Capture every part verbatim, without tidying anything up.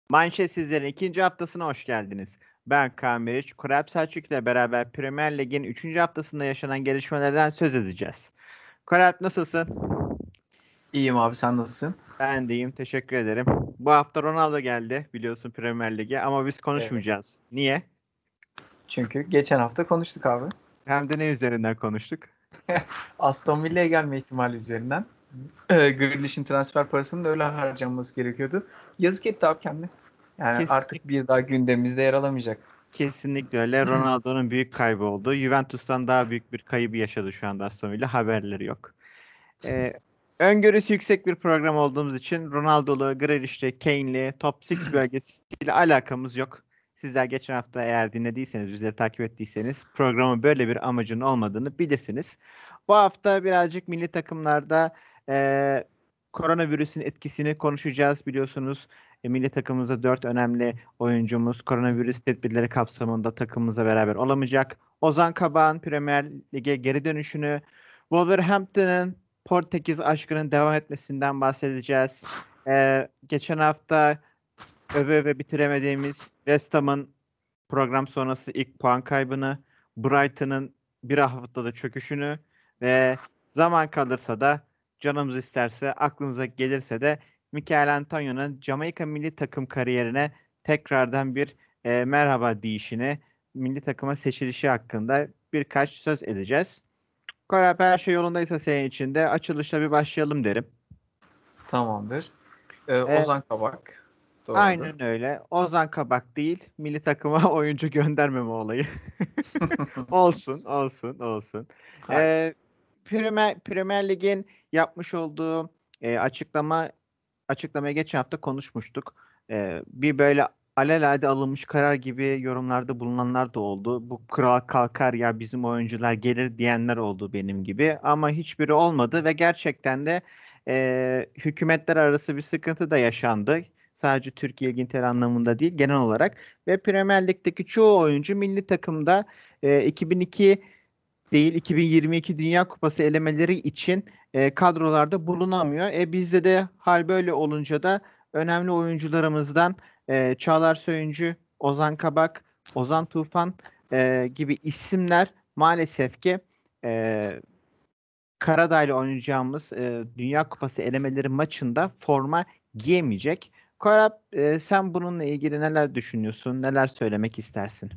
Manşetsizlerin ikinci haftasına hoş geldiniz. Ben Kaan Meriç, Kuralp Selçuk ile beraber Premier Lig'in üçüncü haftasında yaşanan gelişmelerden söz edeceğiz. Kuralp nasılsın? İyiyim abi, sen nasılsın? Ben de iyiyim, teşekkür ederim. Bu hafta Ronaldo geldi biliyorsun Premier Lig'e ama biz Evet. konuşmayacağız. Niye? Çünkü geçen hafta konuştuk abi. Hem de ne üzerinden konuştuk? Aston Villa'ya gelme ihtimali üzerinden. Ee, Grealish'in transfer parasının da öyle harcanması gerekiyordu. Yazık etti abi kendine. Yani Kesinlikle, artık bir daha gündemimizde yer alamayacak. kesinlikle öyle. Ronaldo'nun büyük kaybı oldu. Juventus'tan daha büyük bir kaybı yaşadı şu anda Aston Villa. Haberleri yok. Ee, Öngörüsü yüksek bir program olduğumuz için Ronaldo'lu, Grealish'li, Kane'li, Top altı bölgesiyle alakamız yok. Sizler geçen hafta eğer dinlediyseniz, bizleri takip ettiyseniz programın böyle bir amacının olmadığını bilirsiniz. Bu hafta birazcık milli takımlarda e, koronavirüsün etkisini konuşacağız. Biliyorsunuz e, milli takımımızda dört önemli oyuncumuz koronavirüs tedbirleri kapsamında takımımıza beraber olamayacak. Ozan Kabak'ın Premier Lig'e geri dönüşünü, Wolverhampton'ın Portekiz aşkının devam etmesinden bahsedeceğiz. Ee, geçen hafta öve öve bitiremediğimiz West Ham'ın program sonrası ilk puan kaybını, Brighton'ın bir haftada çöküşünü ve zaman kalırsa da canımız isterse, aklımıza gelirse de Mikel Antonio'nun Jamaika milli takım kariyerine tekrardan bir e, merhaba deyişini, milli takıma seçilişi hakkında birkaç söz edeceğiz. Koray, her şey yolundaysa senin için de açılışla bir başlayalım derim. Tamamdır. Ee, Ee, Ozan Kabak. Doğrudur. aynen öyle. Ozan Kabak değil, milli takıma oyuncu göndermeme olayı. Olsun, olsun, olsun. Hayır. Ee, Premier, Premier Lig'in yapmış olduğu e, açıklama açıklamaya geçen hafta konuşmuştuk. Ee, bir böyle alelade alınmış karar gibi yorumlarda bulunanlar da oldu. Bu kral kalkar ya bizim oyuncular gelir diyenler oldu benim gibi. Ama hiçbiri olmadı ve gerçekten de e, hükümetler arası bir sıkıntı da yaşandı. Sadece Türkiye İngiltere anlamında değil genel olarak. Ve Premier Lig'deki çoğu oyuncu milli takımda e, iki bin iki değil iki bin yirmi iki Dünya Kupası elemeleri için e, kadrolarda bulunamıyor. E bizde de hal böyle olunca da önemli oyuncularımızdan e, Çağlar Söyüncü, Ozan Kabak, Ozan Tufan e, gibi isimler maalesef ki e, Karadağ'la oynayacağımız e, Dünya Kupası elemeleri maçında forma giyemeyecek. Korap, e, sen bununla ilgili neler düşünüyorsun, neler söylemek istersin?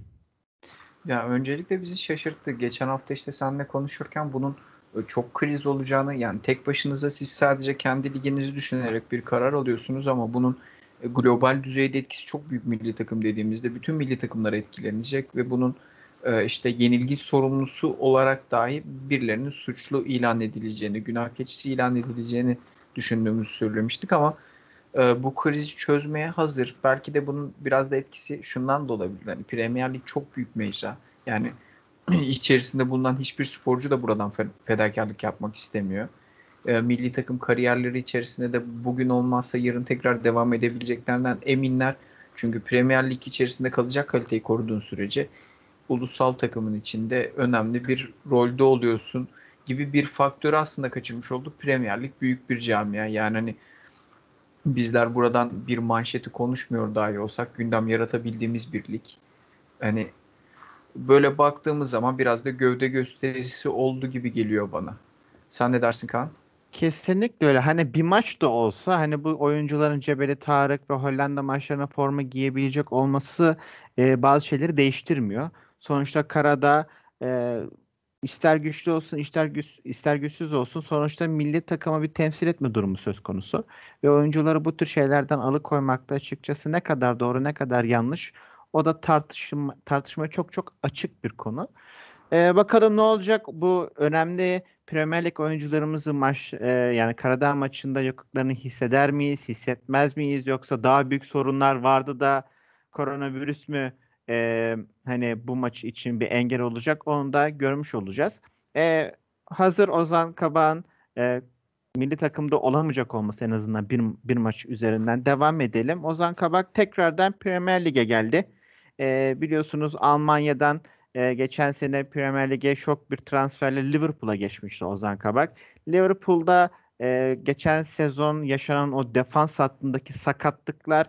Ya öncelikle bizi şaşırttı. Geçen hafta işte seninle konuşurken bunun e, çok kriz olacağını, yani tek başınıza siz sadece kendi liginizi düşünerek bir karar alıyorsunuz ama bunun e, global düzeyde etkisi çok büyük. Milli takım dediğimizde bütün milli takımlar etkilenecek ve bunun e, işte yenilgi sorumlusu olarak dahi birilerinin suçlu ilan edileceğini, günah keçisi ilan edileceğini düşündüğümüzü söylemiştik ama e, bu krizi çözmeye hazır. Belki de bunun biraz da etkisi şundan da olabilir. Hani Premier Lig çok büyük mecra. Yani içerisinde bulunan hiçbir sporcu da buradan fe- fedakarlık yapmak istemiyor. E, milli takım kariyerleri içerisinde de bugün olmazsa yarın tekrar devam edebileceklerinden eminler. Çünkü Premier Lig içerisinde kalacak kaliteyi koruduğun sürece ulusal takımın içinde önemli bir rolde oluyorsun gibi bir faktörü aslında kaçırmış olduk. Premier Lig büyük bir camia. Yani hani bizler buradan bir manşeti konuşmuyor dahi olsak gündem yaratabildiğimiz bir lig. Hani böyle baktığımız zaman biraz da gövde gösterisi oldu gibi geliyor bana. Sen ne dersin Kaan? Kesinlikle öyle. Hani bir maç da olsa hani bu oyuncuların Cebeli Tarık ve Hollanda maçlarına forma giyebilecek olması e, bazı şeyleri değiştirmiyor. Sonuçta karada e, ister güçlü olsun ister güç, ister güçsüz olsun sonuçta milli takıma bir temsil etme durumu söz konusu. Ve oyuncuları bu tür şeylerden alıkoymakta açıkçası ne kadar doğru ne kadar yanlış o da tartışma, tartışmaya çok çok açık bir konu. Ee, bakalım ne olacak? Bu önemli Premier Lig oyuncularımızın maç e, yani Karadağ maçında yokluklarını hisseder miyiz, hissetmez miyiz? Yoksa daha büyük sorunlar vardı da koronavirüs mü e, hani bu maç için bir engel olacak? Onu da görmüş olacağız. E, Hazır Ozan Kabak'ın e, milli takımda olamayacak olması en azından bir, bir maç üzerinden devam edelim. Ozan Kabak tekrardan Premier Lig'e geldi. E, biliyorsunuz Almanya'dan ee, geçen sene Premier Lig'e şok bir transferle Liverpool'a geçmişti Ozan Kabak. Liverpool'da e, geçen sezon yaşanan o defans hattındaki sakatlıklar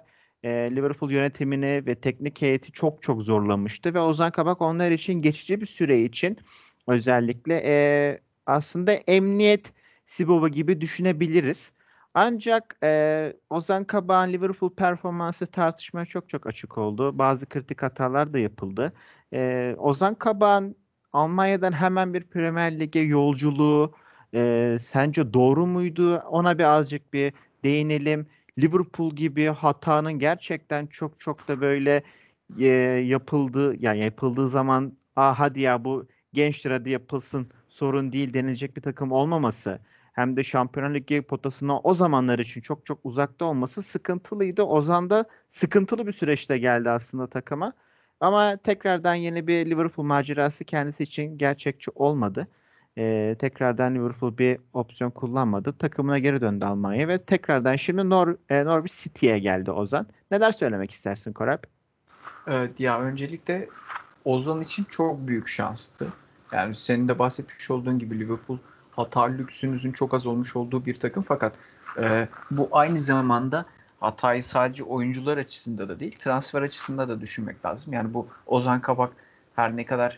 e, Liverpool yönetimini ve teknik heyeti çok çok zorlamıştı ve Ozan Kabak onlar için geçici bir süre için özellikle e, aslında emniyet sibop'u gibi düşünebiliriz. Ancak e, Ozan Kabak'ın Liverpool performansı tartışmaya çok çok açık oldu. Bazı kritik hatalar da yapıldı. E, Ozan Kabak'ın Almanya'dan hemen bir Premier Lig'e yolculuğu e, sence doğru muydu? Ona bir azıcık bir değinelim. Liverpool gibi hatanın gerçekten çok çok da böyle e, yapıldığı yani yapıldığı zaman ah hadi ya bu gençler hadi yapılsın sorun değil denilecek bir takım olmaması hem de Şampiyonlar Ligi potasına o zamanlar için çok çok uzakta olması sıkıntılıydı. Ozan da sıkıntılı bir süreçte geldi aslında takıma. Ama tekrardan yeni bir Liverpool macerası kendisi için gerçekçi olmadı. Ee, tekrardan Liverpool bir opsiyon kullanmadı. Takımına geri döndü Almanya ve tekrardan şimdi Nor e, Norwich City'ye geldi Ozan. Neler söylemek istersin Korap? Evet ya, öncelikle Ozan için çok büyük şanstı. Yani senin de bahsetmiş olduğun gibi Liverpool hata lüksünüzün çok az olmuş olduğu bir takım, fakat e, bu aynı zamanda hatayı sadece oyuncular açısından da değil, transfer açısından da düşünmek lazım. Yani bu Ozan Kabak her ne kadar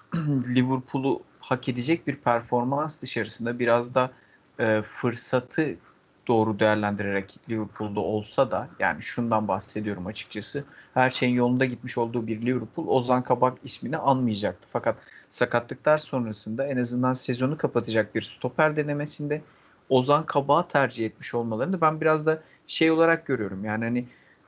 Liverpool'u hak edecek bir performans dışarısında biraz da e, fırsatı doğru değerlendirerek Liverpool'da olsa da, yani şundan bahsediyorum açıkçası, her şeyin yolunda gitmiş olduğu bir Liverpool Ozan Kabak ismini anmayacaktı. Fakat sakatlıklar sonrasında en azından sezonu kapatacak bir stoper denemesinde Ozan Kabak'ı tercih etmiş olmalarını ben biraz da şey olarak görüyorum. Yani hani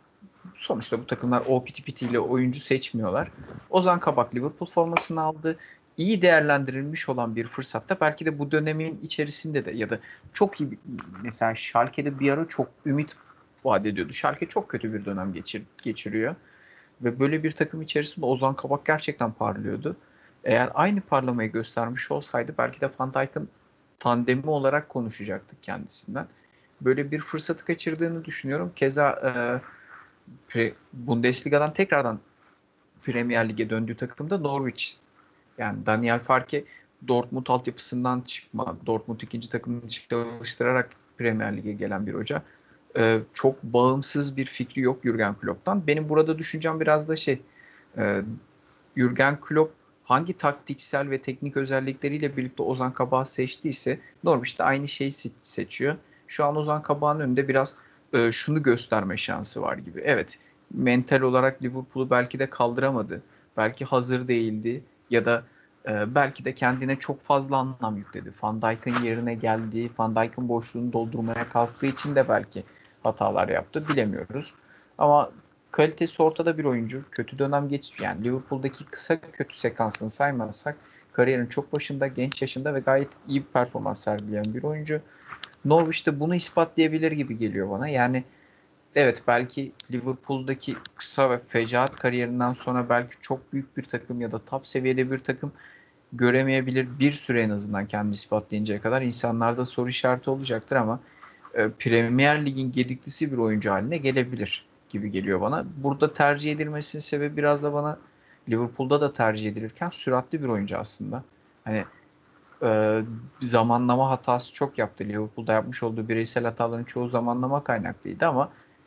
sonuçta bu takımlar o piti pitiyle oyuncu seçmiyorlar. Ozan Kabak Liverpool formasını aldı. İyi değerlendirilmiş olan bir fırsatta belki de bu dönemin içerisinde de, ya da çok iyi, mesela Schalke'de bir ara çok ümit vaat ediyordu. Schalke çok kötü bir dönem geçir, geçiriyor. Ve böyle bir takım içerisinde Ozan Kabak gerçekten parlıyordu. Eğer aynı parlamayı göstermiş olsaydı belki de Van Dijk'ın tandemi olarak konuşacaktık kendisinden. Böyle bir fırsatı kaçırdığını düşünüyorum. Keza e, Bundesliga'dan tekrardan Premier Lig'e döndüğü takımda Norwich. Yani Daniel Farke Dortmund altyapısından çıkma, Dortmund ikinci takımını çalıştırarak Premier Lig'e gelen bir hoca. Ee, çok bağımsız bir fikri yok Jürgen Klopp'tan. Benim burada düşüncem biraz da şey, e, Jürgen Klopp hangi taktiksel ve teknik özellikleriyle birlikte Ozan Kabak'ı seçtiyse Norwich de aynı şeyi seçiyor. Şu an Ozan Kabak'ın önünde biraz e, şunu gösterme şansı var gibi. Evet, mental olarak Liverpool'u belki de kaldıramadı. Belki hazır değildi ya da e, belki de kendine çok fazla anlam yükledi. Van Dijk'ın yerine geldiği, Van Dijk'ın boşluğunu doldurmaya kalktığı için de belki hatalar yaptı. Bilemiyoruz. Ama kalitesi ortada bir oyuncu. Kötü dönem geç, yani Liverpool'daki kısa kötü sekansını saymazsak kariyerin çok başında, genç yaşında ve gayet iyi bir performans sergileyen bir oyuncu. Norwich'te bunu ispatlayabilir gibi geliyor bana. Yani evet, belki Liverpool'daki kısa ve fecaat kariyerinden sonra belki çok büyük bir takım ya da top seviyede bir takım göremeyebilir bir süre, en azından kendi ispatlayıncaya kadar insanlarda soru işareti olacaktır, ama e, Premier Lig'in gediklisi bir oyuncu haline gelebilir gibi geliyor bana. Burada tercih edilmesinin sebebi biraz da bana Liverpool'da da tercih edilirken süratli bir oyuncu aslında. Hani e, zamanlama hatası çok yaptı. Liverpool'da yapmış olduğu bireysel hataların çoğu zamanlama kaynaklıydı, ama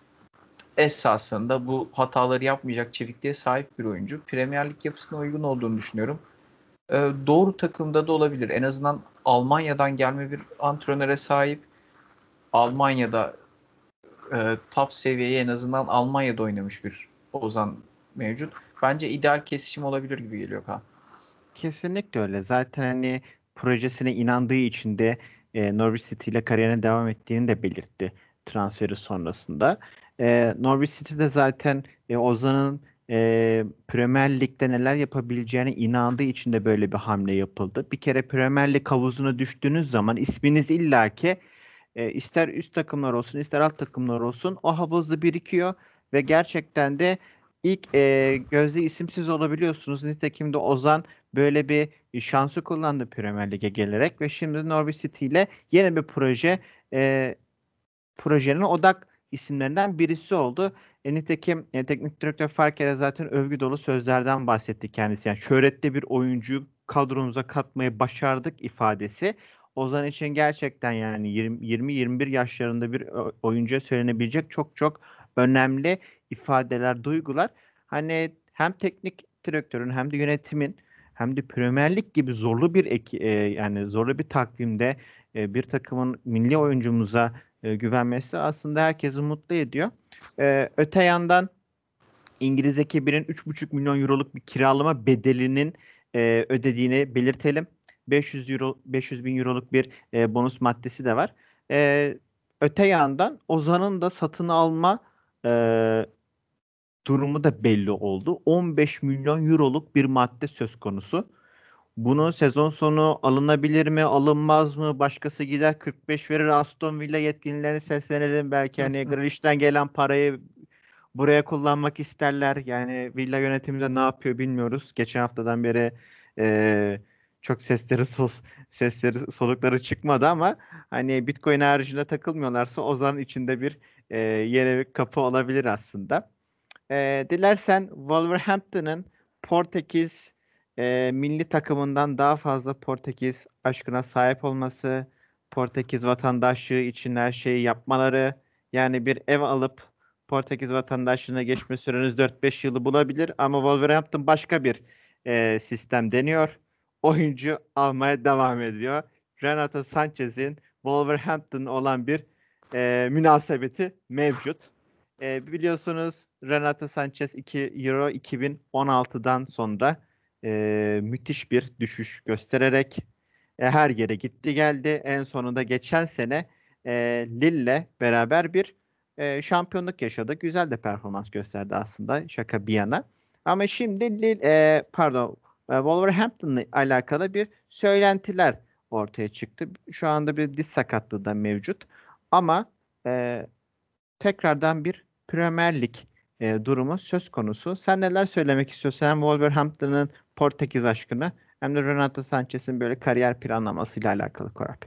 esasında bu hataları yapmayacak çevikliğe sahip bir oyuncu. Premier Lig yapısına uygun olduğunu düşünüyorum. E, doğru takımda da olabilir. En azından Almanya'dan gelme bir antrenöre sahip. Almanya'da e, top seviyeyi en azından Almanya'da oynamış bir Ozan mevcut. Bence ideal kesişim olabilir gibi geliyor Kaan. Kesinlikle öyle. Zaten hani projesine inandığı için de e, Norwich City ile kariyerine devam ettiğini de belirtti transferi sonrasında. E, Norwich City'de zaten e, Ozan'ın e, Premier Lig'de neler yapabileceğine inandığı için de böyle bir hamle yapıldı. Bir kere Premier Lig havuzuna düştüğünüz zaman isminiz illaki e, ister üst takımlar olsun ister alt takımlar olsun o havuzda birikiyor ve gerçekten de ilk e, gözde isimsiz olabiliyorsunuz. Nitekim de Ozan böyle bir şansı kullandı Premier Lig'e gelerek ve şimdi Norwich City ile yeni bir proje e, projenin odak isimlerinden birisi oldu. E, nitekim e, teknik direktör Farke'de zaten övgü dolu sözlerden bahsetti kendisi. Yani şöhretli bir oyuncu kadromuza katmayı başardık ifadesi. Ozan için gerçekten yani yirmi yirmi yirmi bir yaşlarında bir o- oyuncuya söylenebilecek çok çok önemli ifadeler, duygular. Hani hem teknik direktörün hem de yönetimin hem de Premier Lig gibi zorlu bir eki, e, yani zorlu bir takvimde e, bir takımın milli oyuncumuza e, güvenmesi aslında herkesi mutlu ediyor. E, öte yandan İngiliz ekibinin üç buçuk milyon euroluk bir kiralama bedelinin e, ödediğini belirtelim. beş yüz euro, beş yüz bin euroluk bir e, bonus maddesi de var. E, öte yandan Ozan'ın da satın alma e, durumu da belli oldu. on beş milyon euroluk bir madde söz konusu. Bunu sezon sonu alınabilir mi, alınmaz mı? Başkası gider kırk beş verir. Aston Villa yetkililerine seslenelim. Belki hani Grealish'ten gelen parayı buraya kullanmak isterler. Yani Villa yönetimi de ne yapıyor bilmiyoruz. Geçen haftadan beri e, çok sesleri sos, sesleri solukları çıkmadı ama hani Bitcoin haricinde takılmıyorlarsa Ozan içinde bir e, yeni bir kapı olabilir aslında. E, dilersen Wolverhampton'ın Portekiz e, milli takımından daha fazla Portekiz aşkına sahip olması, Portekiz vatandaşlığı için her şeyi yapmaları, yani bir ev alıp Portekiz vatandaşlığına geçme süreniz dört beş yılı bulabilir ama Wolverhampton başka bir e, sistem deniyor. Oyuncu almaya devam ediyor. Renato Sanchez'in Wolverhampton olan bir e, münasebeti mevcut. E, biliyorsunuz Renato Sanchez iki Euro iki bin on altıdan sonra e, müthiş bir düşüş göstererek e, her yere gitti geldi. En sonunda geçen sene e, Lille'le beraber bir e, şampiyonluk yaşadı. Güzel de performans gösterdi aslında şaka bir yana. Ama şimdi Lille, e, pardon e, Wolverhampton'la alakalı bir söylentiler ortaya çıktı. Şu anda bir diz sakatlığı da mevcut. Ama e, tekrardan bir Premier Lig e, durumu söz konusu. Sen neler söylemek istiyorsun? Hem Wolverhampton'ın Portekiz aşkını hem de Renato Sanchez'in böyle kariyer planlamasıyla alakalı Koray.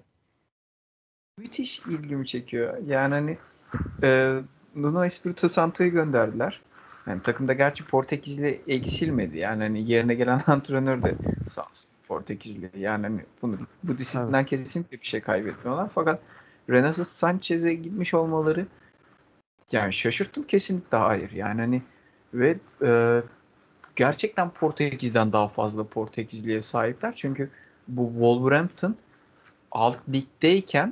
Müthiş ilgimi çekiyor. Yani hani e, Nuno Espirito Santo'yu gönderdiler. Yani takımda gerçi Portekizli eksilmedi. Yani hani yerine gelen antrenör de sağ olsun Portekizli. Yani hani bunu bu Tabii. disiplinden kesinlikle bir şey kaybetmiyorlar. Fakat Renato Sanchez'e gitmiş olmaları yani şaşırttım kesinlikle hayır. Yani hani ve e, gerçekten Portekiz'den daha fazla Portekizliye sahipler. Çünkü bu Wolverhampton alt ligdeyken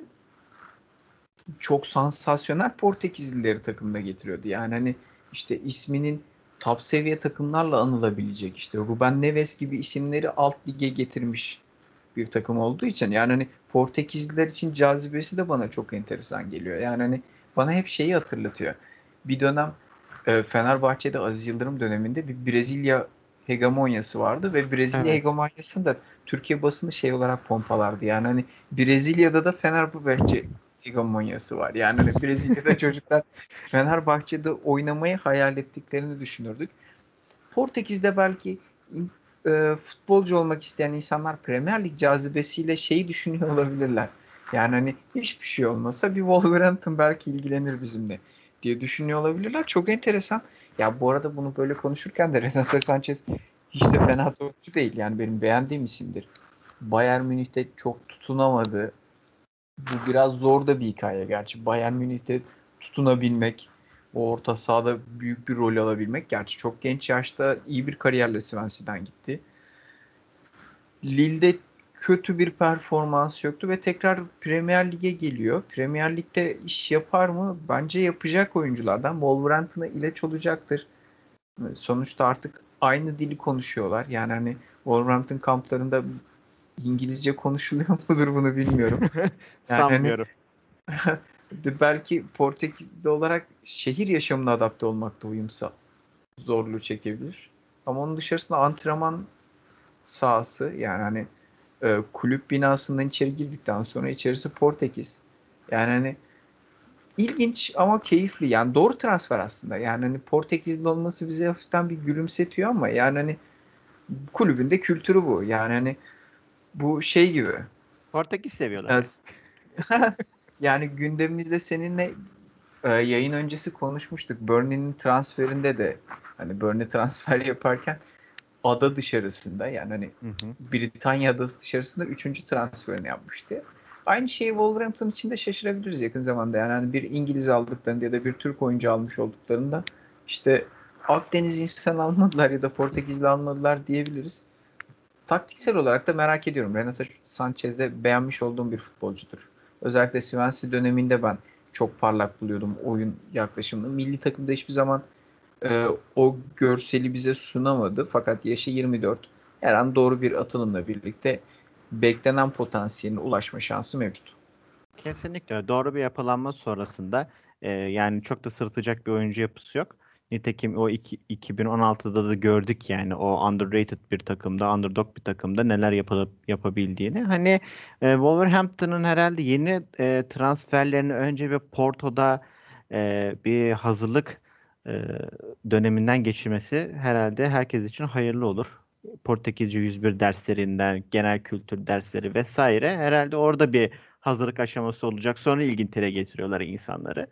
çok sansasyonel Portekizlileri takımda getiriyordu. Yani hani işte isminin top seviye takımlarla anılabilecek işte Ruben Neves gibi isimleri alt lige getirmiş bir takım olduğu için yani hani Portekizliler için cazibesi de bana çok enteresan geliyor. Yani hani bana hep şeyi hatırlatıyor. Bir dönem e, Fenerbahçe'de Aziz Yıldırım döneminde bir Brezilya hegemonyası vardı ve Brezilya Evet. hegemonyasını da Türkiye basını şey olarak pompalardı. Yani hani Brezilya'da da Fenerbahçe hegemonyası var. Yani hani Brezilya'da çocuklar Fenerbahçe'de oynamayı hayal ettiklerini düşünürdük. Portekiz'de belki e, futbolcu olmak isteyen insanlar Premier Lig cazibesiyle şeyi düşünüyor olabilirler. Yani hani hiçbir şey olmasa bir Wolverhampton belki ilgilenir bizimle diye düşünüyor olabilirler. Çok enteresan. Ya bu arada bunu böyle konuşurken de Renato Sanchez hiç de fena topçu değil. Yani benim beğendiğim isimdir. Bayern Münih'te çok tutunamadı. Bu biraz zor da bir hikaye gerçi. Bayern Münih'te tutunabilmek, o orta sahada büyük bir rol alabilmek. Gerçi çok genç yaşta iyi bir kariyerle Swansea'dan gitti. Lille'de kötü bir performans yoktu ve tekrar Premier Lig'e geliyor. Premier Lig'de iş yapar mı? Bence yapacak oyunculardan. Wolverhampton'a ilaç olacaktır. Sonuçta artık aynı dili konuşuyorlar. Yani hani Wolverhampton kamplarında İngilizce konuşuluyor mudur bunu bilmiyorum. Yani hani Sanmıyorum. de belki Portekizli olarak şehir yaşamına adapte olmakta uyumsa zorluğu çekebilir. Ama onun dışarısında antrenman sahası yani hani e, kulüp binasından içeri girdikten sonra içerisi Portekiz. Yani hani ilginç ama keyifli. Yani doğru transfer aslında. Yani hani Portekizli olması bize hafiften bir gülümsetiyor ama yani hani kulübünde kültürü bu. Yani hani bu şey gibi. Portekiz seviyorlar yani. Biraz yani gündemimizde seninle Ee, yayın öncesi konuşmuştuk. Burnley'nin transferinde de hani Burnley transfer yaparken ada dışarısında yani hani Hı hı. Britanya adası dışarısında üçüncü transferini yapmıştı. Aynı şeyi Wolverhampton için de şaşırabiliriz yakın zamanda. Yani hani bir İngiliz aldıklarında ya da bir Türk oyuncu almış olduklarında işte Akdeniz insan almadılar ya da Portekizli almadılar diyebiliriz. Taktiksel olarak da merak ediyorum. Renato Sanchez'de beğenmiş olduğum bir futbolcudur. Özellikle Swansea döneminde ben çok parlak buluyordum oyun yaklaşımını. Milli takımda hiçbir zaman e, o görseli bize sunamadı. Fakat yaşı yirmi dört. Her an doğru bir atılımla birlikte beklenen potansiyeline ulaşma şansı mevcut. Kesinlikle doğru bir yapılanma sonrasında e, yani çok da sırıtacak bir oyuncu yapısı yok. Nitekim o iki, iki bin on altıda da gördük yani o underrated bir takımda, underdog bir takımda neler yapılıp yapabildiğini. Hani e, Wolverhampton'ın herhalde yeni e, transferlerini önce bir Porto'da e, bir hazırlık e, döneminden geçirmesi herhalde herkes için hayırlı olur. Portekizce yüz bir derslerinden, genel kültür dersleri vesaire herhalde orada bir hazırlık aşaması olacak. Sonra İngiltere getiriyorlar insanları.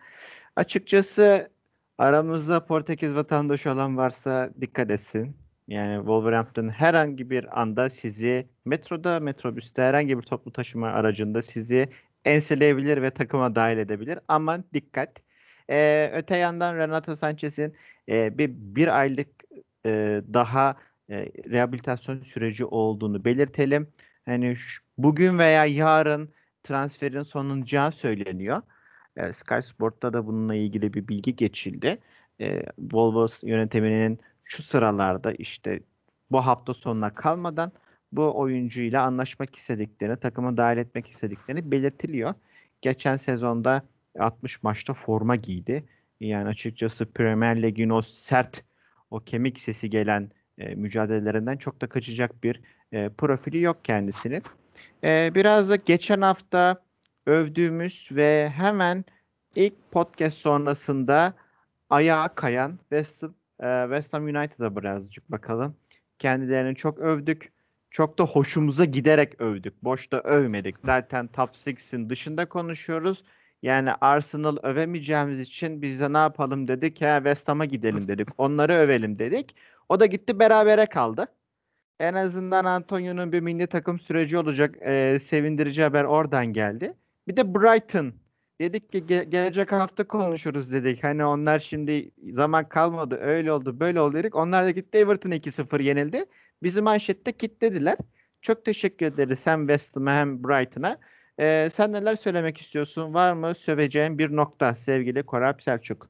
Açıkçası aramızda Portekiz vatandaşı olan varsa dikkat etsin. Yani Wolverhampton herhangi bir anda sizi metroda, metrobüste herhangi bir toplu taşıma aracında sizi enseleyebilir ve takıma dahil edebilir. Aman dikkat. Ee, öte yandan Renato Sanchez'in e, bir, bir aylık e, daha e, rehabilitasyon süreci olduğunu belirtelim. Hani şu- bugün veya yarın transferin sonlanacağı söyleniyor. E, Sky Sport'ta da bununla ilgili bir bilgi geçildi. E, Wolves yönetiminin şu sıralarda işte bu hafta sonuna kalmadan bu oyuncuyla anlaşmak istediklerini, takıma dahil etmek istediklerini belirtiliyor. Geçen sezonda altmış maçta forma giydi. Yani açıkçası Premier Lig'in o sert, o kemik sesi gelen e, mücadelelerinden çok da kaçacak bir e, profili yok kendisinin. E, biraz da geçen hafta övdüğümüz ve hemen ilk podcast sonrasında ayağa kayan West, e, West Ham United'a birazcık bakalım. Kendilerini çok övdük. Çok da hoşumuza giderek övdük. Boşta övmedik. Zaten top altının dışında konuşuyoruz. Yani Arsenal övemeyeceğimiz için biz de ne yapalım dedik. Ya West Ham'a gidelim dedik. Onları övelim dedik. O da gitti berabere kaldı. En azından Antonio'nun bir milli takım süreci olacak. Ee, sevindirici haber oradan geldi. Bir de Brighton. Dedik ki ge- gelecek hafta konuşuruz dedik. Hani onlar şimdi zaman kalmadı. Öyle oldu, böyle oldu dedik. Onlar da gitti Everton iki sıfır yenildi. Bizi manşette kilitlediler. Çok teşekkür ederiz hem West Ham'a hem Brighton'a. Ee, sen neler söylemek istiyorsun? Var mı söveceğin bir nokta sevgili Koralp Selçuk?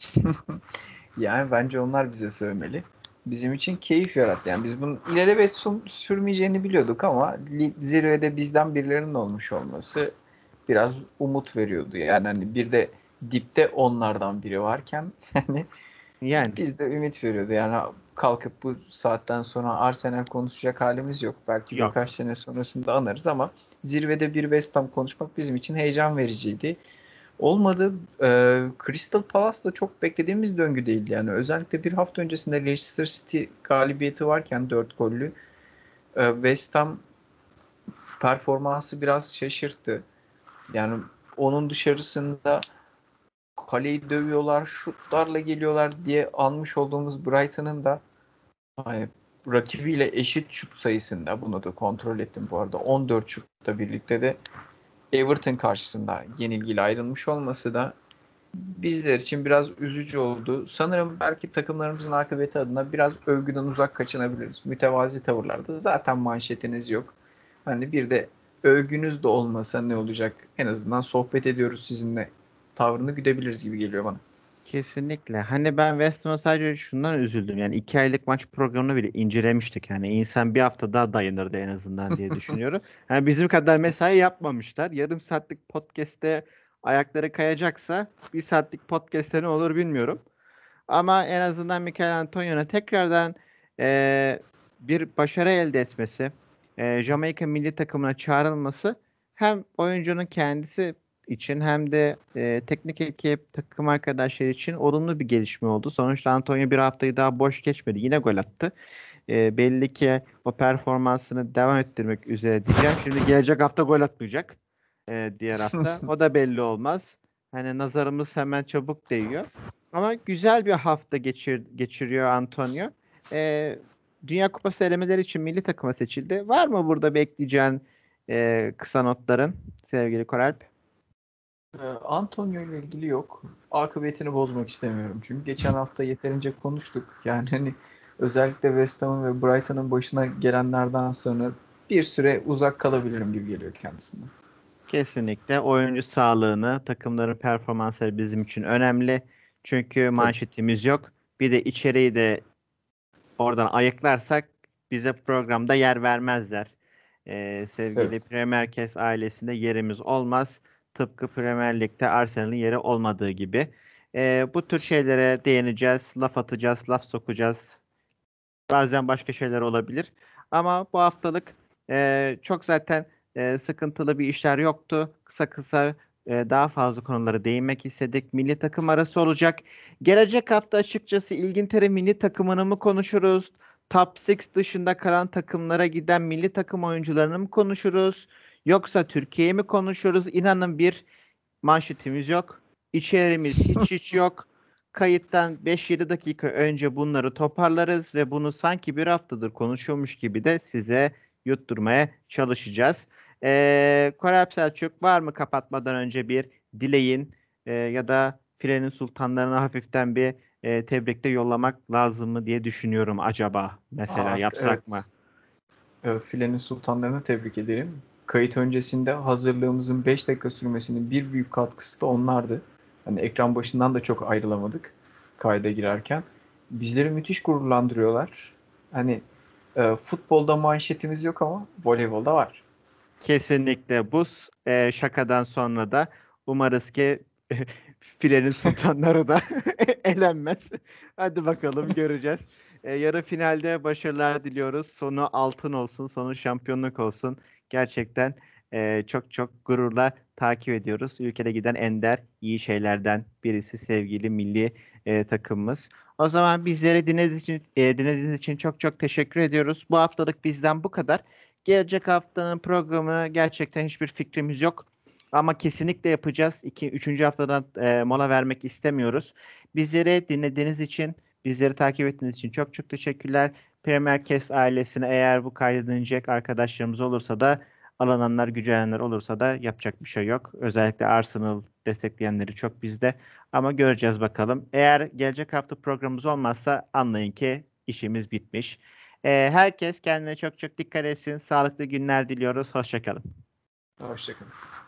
Yani bence onlar bize sövmeli. Bizim için keyif yarattı. Yani biz bunun ilelebet sun- sürmeyeceğini biliyorduk ama li- zirvede bizden birilerinin olmuş olması biraz umut veriyordu. Yani hani bir de dipte onlardan biri varken yani Yani biz de ümit veriyordu. Yani kalkıp bu saatten sonra Arsenal konuşacak halimiz yok. Belki yok. birkaç sene sonrasında anarız ama zirvede bir West Ham konuşmak bizim için heyecan vericiydi. Olmadı. Ee, Crystal Palace da çok beklediğimiz döngü değildi. Yani özellikle bir hafta öncesinde Leicester City galibiyeti varken dört gollü e, West Ham performansı biraz şaşırttı. Yani onun dışarısında kaleyi dövüyorlar, şutlarla geliyorlar diye almış olduğumuz Brighton'ın da hani rakibiyle eşit şut sayısında, bunu da kontrol ettim bu arada, on dört şutla birlikte de Everton karşısında yenilgiyle ayrılmış olması da bizler için biraz üzücü oldu. Sanırım belki takımlarımızın akıbeti adına biraz övgüden uzak kaçınabiliriz. Mütevazi tavırlarda zaten manşetiniz yok. Hani bir de övgünüz de olmasa ne olacak? En azından sohbet ediyoruz sizinle. Tavrını güdebiliriz gibi geliyor bana. Kesinlikle. Hani ben West Ham'a sadece şundan üzüldüm. Yani iki aylık maç programını bile incelemiştik. Yani insan bir hafta daha dayanırdı en azından diye düşünüyorum. Yani bizim kadar mesai yapmamışlar. Yarım saatlik podcast'te ayakları kayacaksa bir saatlik podcast'te ne olur bilmiyorum. Ama en azından Mikel Antonio'na tekrardan eee, bir başarı elde etmesi, eee Jamaika milli takımına çağrılması hem oyuncunun kendisi için hem de eee, teknik ekip, takım arkadaşları için olumlu bir gelişme oldu. Sonuçta Antonio bir haftayı daha boş geçmedi. Yine gol attı. Eee, belli ki o performansını devam ettirmek üzere diyeceğim. Şimdi gelecek hafta gol atmayacak. Eee, diğer hafta. O da belli olmaz. Hani nazarımız hemen çabuk değiyor. Ama güzel bir hafta geçir, geçiriyor Antonio. Ee, Dünya Kupası elemeleri için milli takıma seçildi. Var mı burada bekleyeceğin e, kısa notların sevgili Koralp? Ee, Antonio ile ilgili yok. Akıbetini bozmak istemiyorum. Çünkü geçen hafta yeterince konuştuk. Yani hani özellikle West Ham'ın ve Brighton'ın başına gelenlerden sonra bir süre uzak kalabilirim gibi geliyor kendisinden. Kesinlikle oyuncu sağlığını, takımların performansları bizim için önemli. Çünkü Tabii. manşetimiz yok. Bir de içeriği de oradan ayıklarsak bize programda yer vermezler. Ee, Evet. sevgili Premier Kes ailesinde yerimiz olmaz. Tıpkı Premier Lig'de Arsenal'in yeri olmadığı gibi. Ee, bu tür şeylere değineceğiz, laf atacağız, laf sokacağız. Bazen başka şeyler olabilir. Ama bu haftalık e, çok zaten e, sıkıntılı bir işler yoktu. Kısa kısa e, daha fazla konulara değinmek istedik. Milli takım arası olacak. Gelecek hafta açıkçası İngiltere milli takımını mı konuşuruz? Top altı dışında kalan takımlara giden milli takım oyuncularını mı konuşuruz? Yoksa Türkiye'yi mi konuşuruz? İnanın bir manşetimiz yok. İçerimiz hiç hiç yok. Kayıttan beş yedi dakika önce bunları toparlarız ve bunu sanki bir haftadır konuşuyormuş gibi de size yutturmaya çalışacağız. Ee, Koralp Selçuk, var mı kapatmadan önce bir dileğin e, ya da Filenin Sultanlarına hafiften bir e, tebrikte yollamak lazım mı diye düşünüyorum acaba. Mesela Aa, yapsak mı? evet. Evet, Filenin Sultanlarını tebrik ederim. Kayıt öncesinde hazırlığımızın beş dakika sürmesinin bir büyük katkısı da onlardı. Hani ekran başından da çok ayrılamadık kayda girerken. Bizleri müthiş gururlandırıyorlar. Hani e, futbolda manşetimiz yok ama voleybolda var. Kesinlikle bu s- e, şakadan sonra da umarız ki filenin sultanları da elenmez. Hadi bakalım, göreceğiz. E, yarı finalde başarılar diliyoruz. Sonu altın olsun, sonu şampiyonluk olsun. Gerçekten e, çok çok gururla takip ediyoruz. Ülkede giden ender iyi şeylerden birisi sevgili milli e, takımımız. O zaman bizleri dinlediğiniz için, e, dinlediğiniz için çok çok teşekkür ediyoruz. Bu haftalık bizden bu kadar. Gelecek haftanın programı gerçekten hiçbir fikrimiz yok. Ama kesinlikle yapacağız. İki, üçüncü haftadan e, mola vermek istemiyoruz. Bizleri dinlediğiniz için, bizleri takip ettiğiniz için çok çok teşekkürler. Premier Cast ailesine eğer bu kaydedilecek arkadaşlarımız olursa da, alınanlar, gücenenler olursa da yapacak bir şey yok. Özellikle Arsenal destekleyenleri çok bizde. Ama göreceğiz bakalım. Eğer gelecek hafta programımız olmazsa anlayın ki işimiz bitmiş. Ee, herkes kendine çok çok dikkat etsin. Sağlıklı günler diliyoruz. Hoşça kalın. Hoşçakalın.